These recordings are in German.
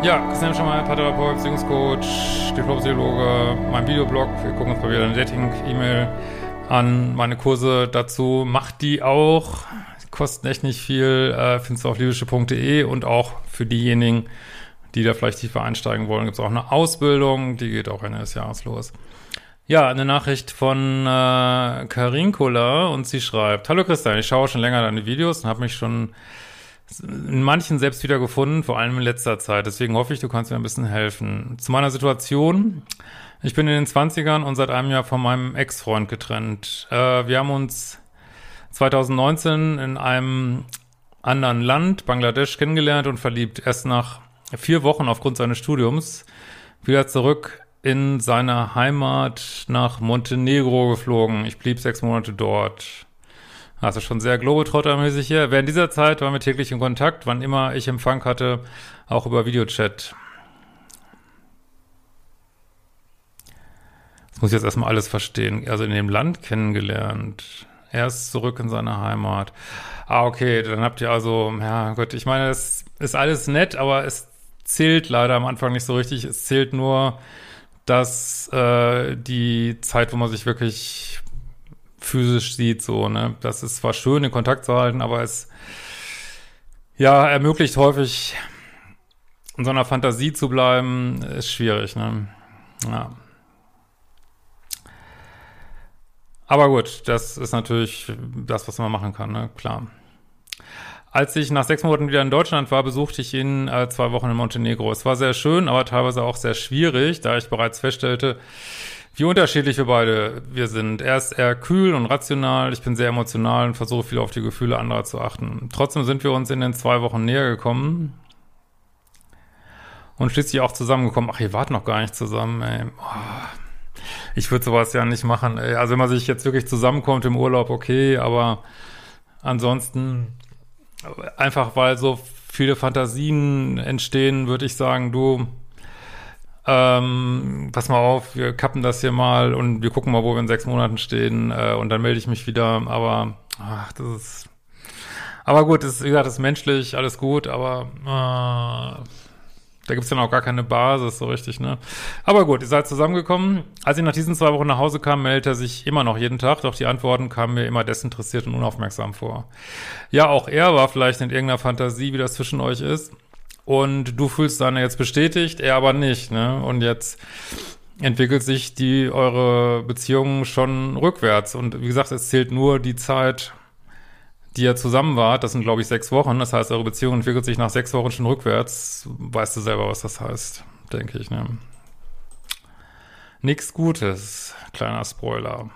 Ja, Christian Schemmer, Paartherapeut, Beziehungscoach, Diplompsychologe, mein Videoblog. Wir gucken uns mal wieder eine Dating-E-Mail an. Meine Kurse dazu, macht die auch. Kosten echt nicht viel. Findest du auf liebische.de und auch für diejenigen, die da vielleicht tiefer einsteigen wollen, gibt es auch eine Ausbildung. Die geht auch Ende des Jahres los. Ja, eine Nachricht von Karinkola und sie schreibt: Hallo Christian, ich schaue schon länger deine Videos und habe mich schon in manchen selbst wiedergefunden, vor allem in letzter Zeit. Deswegen hoffe ich, du kannst mir ein bisschen helfen. Zu meiner Situation: Ich bin in den 20ern und seit einem Jahr von meinem Ex-Freund getrennt. Wir haben uns 2019 in einem anderen Land, Bangladesch, kennengelernt und verliebt. Erst nach 4 Wochen aufgrund seines Studiums wieder zurück in seine Heimat nach Montenegro geflogen. Ich blieb 6 Monate dort. Also schon sehr globetrottermäßig hier. Während dieser Zeit waren wir täglich in Kontakt, wann immer ich Empfang hatte, auch über Videochat. Das muss ich jetzt erstmal alles verstehen. Also in dem Land kennengelernt. Er ist zurück in seine Heimat. Okay, dann habt ihr also, ja Gott, ich meine, es ist alles nett, aber es zählt leider am Anfang nicht so richtig. Es zählt nur, dass die Zeit, wo man sich wirklich physisch sieht, so, ne, das ist zwar schön, in Kontakt zu halten, aber es, ja, ermöglicht häufig, in so einer Fantasie zu bleiben, ist schwierig, ne, ja. Aber gut, das ist natürlich das, was man machen kann, ne, klar. Als ich nach 6 Monaten wieder in Deutschland war, besuchte ich ihn 2 Wochen in Montenegro. Es war sehr schön, aber teilweise auch sehr schwierig, da ich bereits feststellte, wie unterschiedlich wir sind. Er ist eher kühl und rational, ich bin sehr emotional und versuche viel auf die Gefühle anderer zu achten. Trotzdem sind wir uns in den 2 Wochen näher gekommen und schließlich auch zusammengekommen. Ach, ihr wart noch gar nicht zusammen, ey. Oh, ich würde sowas ja nicht machen, ey. Also wenn man sich jetzt wirklich zusammenkommt im Urlaub, okay, aber ansonsten einfach, weil so viele Fantasien entstehen, würde ich sagen, du, pass mal auf, wir kappen das hier mal und wir gucken mal, wo wir in 6 Monaten stehen, und dann melde ich mich wieder, aber, aber gut, das ist, wie gesagt, das ist menschlich, alles gut, aber, da gibt's dann auch gar keine Basis, so richtig, ne? Aber gut, ihr seid zusammengekommen. Als ich nach diesen 2 Wochen nach Hause kam, meldete er sich immer noch jeden Tag, doch die Antworten kamen mir immer desinteressiert und unaufmerksam vor. Ja, auch er war vielleicht in irgendeiner Fantasie, wie das zwischen euch ist. Und du fühlst deine jetzt bestätigt, er aber nicht, ne? Und jetzt entwickelt sich eure Beziehung schon rückwärts. Und wie gesagt, es zählt nur die Zeit, die ihr zusammen wart. Das sind, glaube ich, 6 Wochen. Das heißt, eure Beziehung entwickelt sich nach 6 Wochen schon rückwärts. Weißt du selber, was das heißt, denke ich, ne? Nix Gutes. Kleiner Spoiler.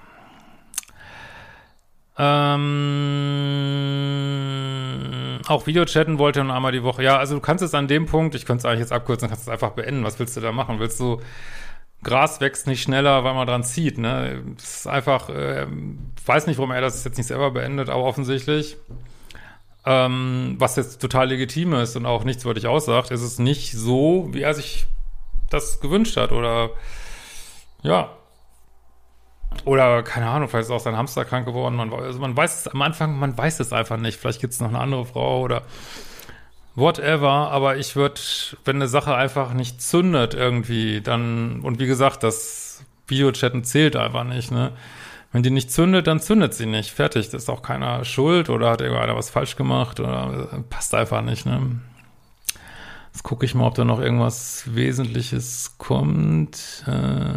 Auch Videochatten wollte er nur einmal die Woche. Ja, also du kannst es an dem Punkt, ich könnte es eigentlich jetzt abkürzen, kannst es einfach beenden. Was willst du da machen? Willst du, Gras wächst nicht schneller, weil man dran zieht, ne? Das ist einfach, weiß nicht, warum er das jetzt nicht selber beendet, aber offensichtlich, was jetzt total legitim ist und auch nichtswürdig aussagt, ist es nicht so, wie er sich das gewünscht hat, oder, ja. Oder, keine Ahnung, vielleicht ist auch sein Hamster krank geworden. Man weiß es am Anfang, man weiß es einfach nicht. Vielleicht gibt es noch eine andere Frau oder whatever. Aber ich würde, wenn eine Sache einfach nicht zündet irgendwie, dann, und wie gesagt, das Videochatten zählt einfach nicht, ne? Wenn die nicht zündet, dann zündet sie nicht. Fertig. Das ist auch keiner schuld oder hat irgendeiner was falsch gemacht oder passt einfach nicht, ne? Jetzt gucke ich mal, ob da noch irgendwas Wesentliches kommt.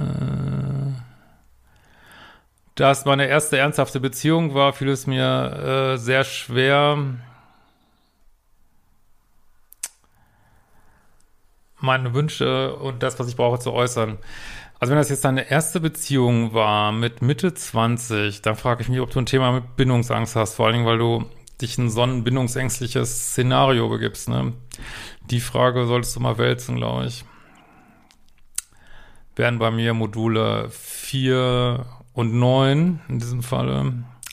Da es meine erste ernsthafte Beziehung war, fiel es mir sehr schwer, meine Wünsche und das, was ich brauche, zu äußern. Also wenn das jetzt deine erste Beziehung war mit Mitte 20, dann frage ich mich, ob du ein Thema mit Bindungsangst hast, vor allen Dingen, weil du dich in so ein bindungsängstliches Szenario begibst, ne? Die Frage solltest du mal wälzen, glaube ich. Wären bei mir Module 4 und 9 in diesem Falle.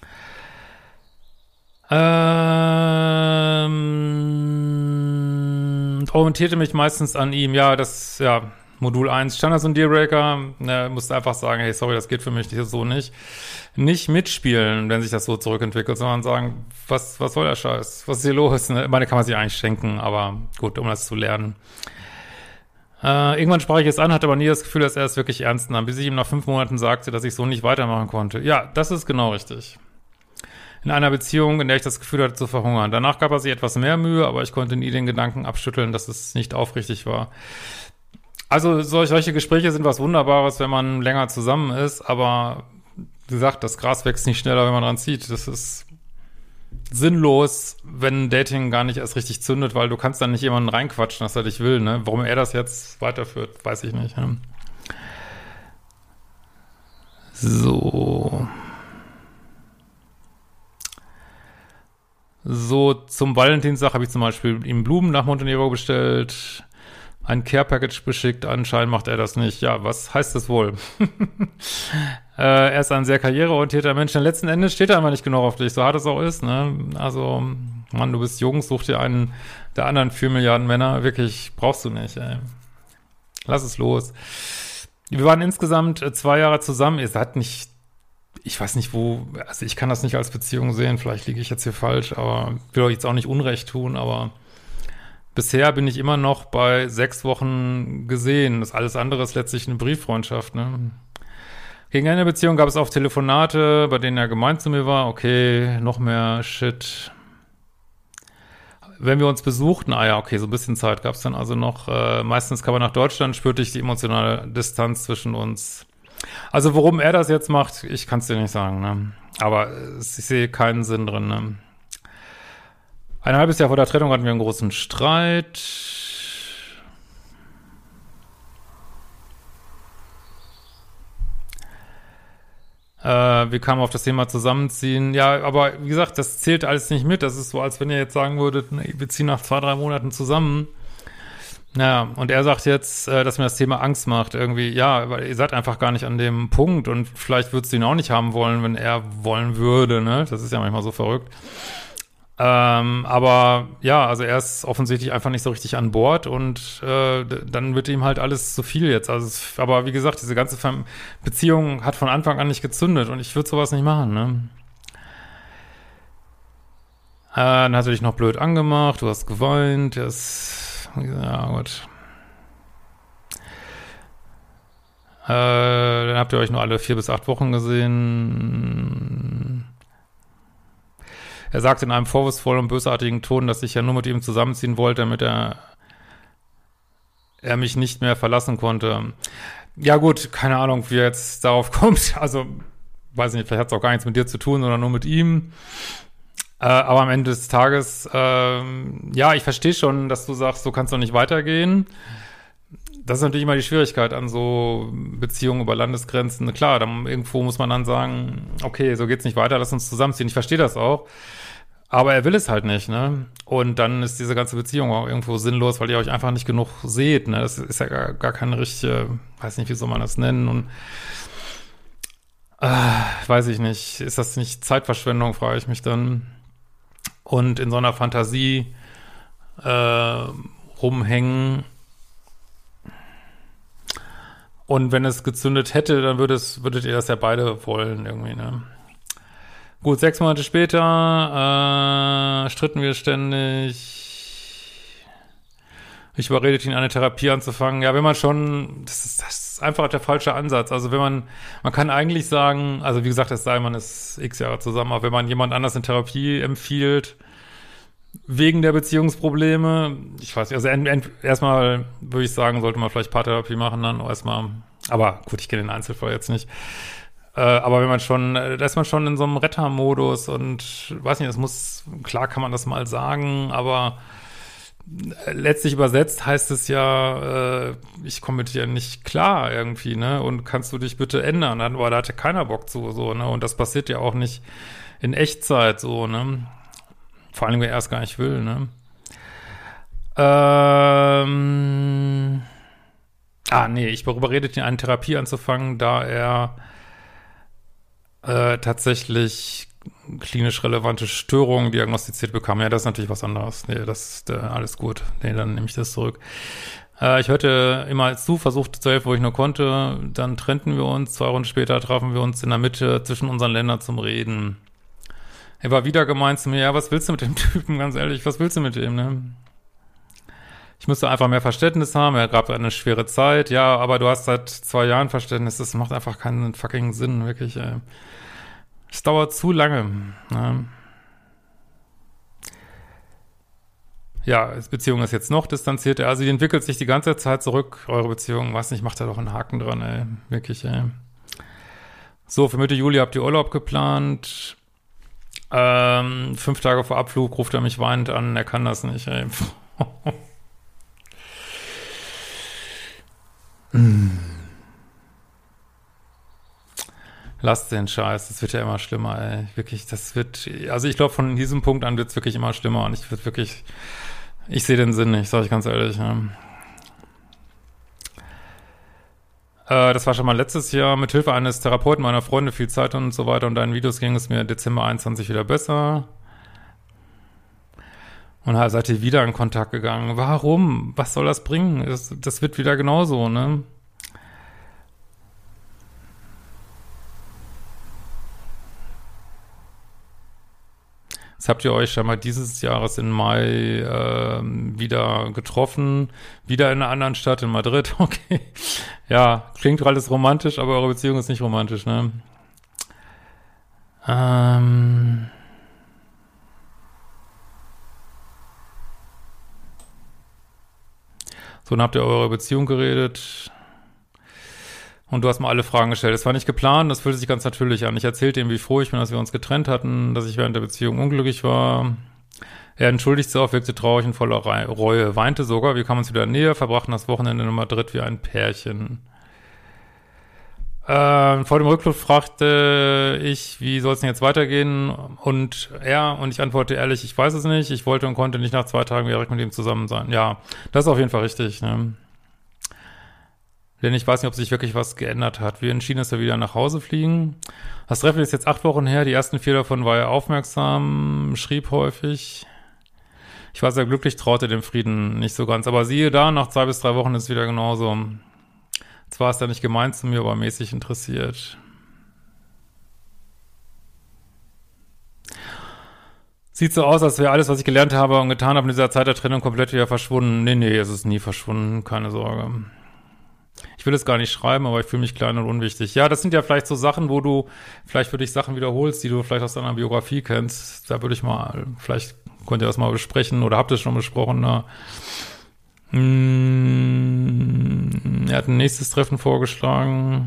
Orientierte mich meistens an ihm. Ja, Modul 1, Standards und Dealbreaker. Musste einfach sagen, hey, sorry, das geht für mich so nicht. Nicht mitspielen, wenn sich das so zurückentwickelt, sondern sagen, was soll der Scheiß? Was ist hier los? Ne? Ich meine, kann man sich eigentlich schenken, aber gut, um das zu lernen. Irgendwann sprach ich es an, hatte aber nie das Gefühl, dass er es wirklich ernst nahm, bis ich ihm nach 5 Monaten sagte, dass ich so nicht weitermachen konnte. Ja, das ist genau richtig. In einer Beziehung, in der ich das Gefühl hatte zu verhungern. Danach gab er sich etwas mehr Mühe, aber ich konnte nie den Gedanken abschütteln, dass es nicht aufrichtig war. Also solche Gespräche sind was Wunderbares, wenn man länger zusammen ist, aber wie gesagt, das Gras wächst nicht schneller, wenn man dran zieht. Das ist sinnlos, wenn Dating gar nicht erst richtig zündet, weil du kannst dann nicht jemanden reinquatschen, dass er dich will, ne? Warum er das jetzt weiterführt, weiß ich nicht. Ne? So, zum Valentinstag habe ich zum Beispiel ihm Blumen nach Montenegro bestellt, ein Care-Package beschickt, anscheinend macht er das nicht. Ja, was heißt das wohl? Er ist ein sehr karriereorientierter Mensch. Denn letzten Endes steht er einfach nicht genug auf dich, so hart es auch ist, ne? Also, Mann, du bist jung, such dir einen der anderen 4 Milliarden Männer. Wirklich, brauchst du nicht, ey. Lass es los. Wir waren insgesamt 2 Jahre zusammen. Ihr seid nicht, ich weiß nicht wo, also ich kann das nicht als Beziehung sehen. Vielleicht liege ich jetzt hier falsch, aber will euch jetzt auch nicht Unrecht tun, aber bisher bin ich immer noch bei 6 Wochen gesehen. Das alles andere ist letztlich eine Brieffreundschaft, ne? Gegen Ende der Beziehung gab es auch Telefonate, bei denen er gemein zu mir war. Okay, noch mehr Shit. Wenn wir uns besuchten, okay, so ein bisschen Zeit gab es dann also noch. Meistens kam er nach Deutschland, spürte ich die emotionale Distanz zwischen uns. Also warum er das jetzt macht, ich kann es dir nicht sagen, ne? Aber ich sehe keinen Sinn drin, ne? Ein halbes Jahr vor der Trennung hatten wir einen großen Streit. Wir kamen auf das Thema Zusammenziehen. Ja, aber wie gesagt, das zählt alles nicht mit. Das ist so, als wenn ihr jetzt sagen würdet, nee, wir ziehen nach 2, 3 Monaten zusammen. Naja, und er sagt jetzt, dass mir das Thema Angst macht. Irgendwie, ja, weil ihr seid einfach gar nicht an dem Punkt und vielleicht würdest du ihn auch nicht haben wollen, wenn er wollen würde, ne? Das ist ja manchmal so verrückt. Aber ja, also er ist offensichtlich einfach nicht so richtig an Bord und dann wird ihm halt alles zu viel jetzt. Also, aber wie gesagt, diese ganze Beziehung hat von Anfang an nicht gezündet und ich würde sowas nicht machen, ne? Dann hat er dich noch blöd angemacht, du hast geweint, ja gut. Dann habt ihr euch nur alle 4 bis 8 Wochen gesehen. Er sagte in einem vorwurfsvollen und bösartigen Ton, dass ich ja nur mit ihm zusammenziehen wollte, damit er mich nicht mehr verlassen konnte. Ja gut, keine Ahnung, wie er jetzt darauf kommt. Also, weiß nicht, vielleicht hat es auch gar nichts mit dir zu tun, sondern nur mit ihm. Aber am Ende des Tages, ja, ich verstehe schon, dass du sagst, so kann es doch nicht weitergehen. Das ist natürlich immer die Schwierigkeit an so Beziehungen über Landesgrenzen. Klar, dann irgendwo muss man dann sagen, okay, so geht's nicht weiter, lass uns zusammenziehen. Ich verstehe das auch. Aber er will es halt nicht, ne? Und dann ist diese ganze Beziehung auch irgendwo sinnlos, weil ihr euch einfach nicht genug seht, ne? Das ist ja gar keine richtige, weiß nicht, wie soll man das nennen? Und weiß ich nicht, ist das nicht Zeitverschwendung, frage ich mich dann. Und in so einer Fantasie rumhängen. Und wenn es gezündet hätte, dann würdet ihr das ja beide wollen irgendwie, ne? Gut, 6 Monate später stritten wir ständig. Ich überredete ihn, eine Therapie anzufangen. Ja, wenn man schon, das ist einfach der falsche Ansatz. Also wenn man kann eigentlich sagen, also wie gesagt, es sei, man ist x Jahre zusammen, aber wenn man jemand anders in Therapie empfiehlt, wegen der Beziehungsprobleme, ich weiß nicht, also erstmal würde ich sagen, sollte man vielleicht Paartherapie machen dann erstmal, aber gut, ich kenne den Einzelfall jetzt nicht. Aber wenn man schon, da ist man schon in so einem Rettermodus und weiß nicht, klar kann man das mal sagen, aber letztlich übersetzt heißt es ja, ich komme mit dir nicht klar irgendwie, ne? Und kannst du dich bitte ändern? Aber da hatte keiner Bock zu, so, ne? Und das passiert ja auch nicht in Echtzeit, so, ne? Vor allem, wenn er es gar nicht will, ne? Ich überredete ihn, eine Therapie anzufangen, da er tatsächlich klinisch relevante Störungen diagnostiziert bekam. Ja, das ist natürlich was anderes. Nee, das ist alles gut. Nee, dann nehme ich das zurück. Ich hörte immer zu, versuchte zu helfen, wo ich nur konnte. Dann trennten wir uns. 2 Runden später trafen wir uns in der Mitte zwischen unseren Ländern zum Reden. Er war wieder gemeint zu mir, ja, was willst du mit dem Typen, ganz ehrlich, was willst du mit dem, ne? Ich müsste einfach mehr Verständnis haben. Er gab eine schwere Zeit. Ja, aber du hast seit 2 Jahren Verständnis. Das macht einfach keinen fucking Sinn, wirklich. Es dauert zu lange. Ne? Ja, Beziehung ist jetzt noch distanzierter. Also die entwickelt sich die ganze Zeit zurück. Eure Beziehung, weiß nicht, macht da doch einen Haken dran, ey. Wirklich, ey. So, für Mitte Juli habt ihr Urlaub geplant. 5 Tage vor Abflug ruft er mich weinend an. Er kann das nicht, ey. Lasst den Scheiß, das wird ja immer schlimmer, ey. Wirklich, das wird, also ich glaube, von diesem Punkt an wird es wirklich immer schlimmer und ich sehe den Sinn nicht, sage ich ganz ehrlich. Ja. Das war schon mal letztes Jahr mit Hilfe eines Therapeuten meiner Freunde, viel Zeit und so weiter und deinen Videos ging es mir Dezember 21 wieder besser. Und halt seid ihr wieder in Kontakt gegangen. Warum? Was soll das bringen? Das wird wieder genauso, ne? Jetzt habt ihr euch scheinbar dieses Jahres im Mai wieder getroffen, wieder in einer anderen Stadt, in Madrid, okay. Ja, klingt alles romantisch, aber eure Beziehung ist nicht romantisch, ne? So, dann habt ihr über eure Beziehung geredet. Und du hast mal alle Fragen gestellt. Das war nicht geplant, das fühlte sich ganz natürlich an. Ich erzählte ihm, wie froh ich bin, dass wir uns getrennt hatten, dass ich während der Beziehung unglücklich war. Er entschuldigte sich auch, wirkte traurig und voller Reue, weinte sogar. Wir kamen uns wieder näher, verbrachten das Wochenende in Madrid wie ein Pärchen. Vor dem Rückflug fragte ich, wie soll es denn jetzt weitergehen? Und ich antwortete ehrlich, ich weiß es nicht. Ich wollte und konnte nicht nach 2 Tagen direkt mit ihm zusammen sein. Ja, das ist auf jeden Fall richtig, ne? Denn ich weiß nicht, ob sich wirklich was geändert hat. Wir entschieden, dass wir wieder nach Hause fliegen. Das Treffen ist jetzt 8 Wochen her. Die ersten 4 davon war er aufmerksam, schrieb häufig. Ich war sehr glücklich, traute dem Frieden nicht so ganz. Aber siehe da, nach 2 bis 3 Wochen ist es wieder genauso. Zwar ist er nicht gemein zu mir, aber mäßig interessiert. Sieht so aus, als wäre alles, was ich gelernt habe und getan habe in dieser Zeit der Trennung komplett wieder verschwunden. Nee, es ist nie verschwunden, keine Sorge. Ich will es gar nicht schreiben, aber ich fühle mich klein und unwichtig. Ja, das sind ja vielleicht so Sachen, wo du vielleicht für dich Sachen wiederholst, die du vielleicht aus deiner Biografie kennst. Da würde ich mal, vielleicht könnt ihr das mal besprechen oder habt ihr es schon besprochen. Ne? Er hat ein nächstes Treffen vorgeschlagen.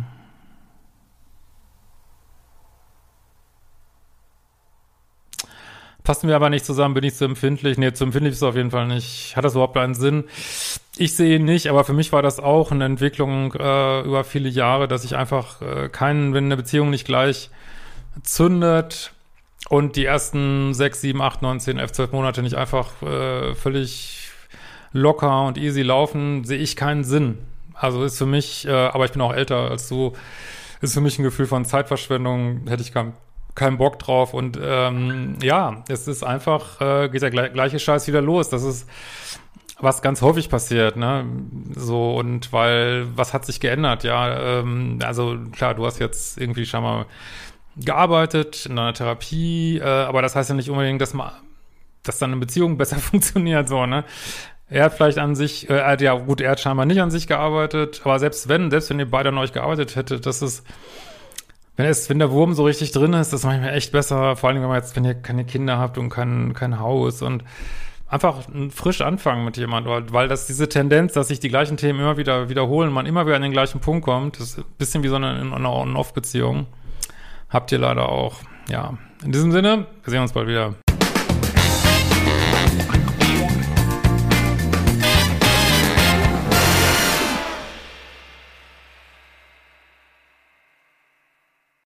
Passen wir aber nicht zusammen, bin ich zu empfindlich? Nee, zu empfindlich ist es auf jeden Fall nicht. Hat das überhaupt einen Sinn? Ich sehe ihn nicht, aber für mich war das auch eine Entwicklung über viele Jahre, dass ich einfach wenn eine Beziehung nicht gleich zündet und die ersten 6, 7, 8, 9, 10, 11, 12 Monate nicht einfach völlig locker und easy laufen, sehe ich keinen Sinn. Also ist für mich, aber ich bin auch älter als du, ist für mich ein Gefühl von Zeitverschwendung, hätte ich keinen Bock drauf und es ist einfach, geht der gleiche Scheiß wieder los. Das ist was ganz häufig passiert, ne? So, und was hat sich geändert? Ja, also klar, du hast jetzt irgendwie schon mal gearbeitet in einer Therapie, aber das heißt ja nicht unbedingt, dass dann eine Beziehung besser funktioniert, so, ne? Er hat vielleicht an sich, er hat scheinbar nicht an sich gearbeitet, aber selbst wenn ihr beide an euch gearbeitet hättet, wenn der Wurm so richtig drin ist, das manchmal echt besser, vor allem wenn ihr keine Kinder habt und kein Haus und einfach frisch anfangen mit jemandem, weil das diese Tendenz, dass sich die gleichen Themen immer wieder wiederholen, man immer wieder an den gleichen Punkt kommt, das ist ein bisschen wie so eine On-Off-Beziehung. Habt ihr leider auch. Ja, in diesem Sinne, wir sehen uns bald wieder.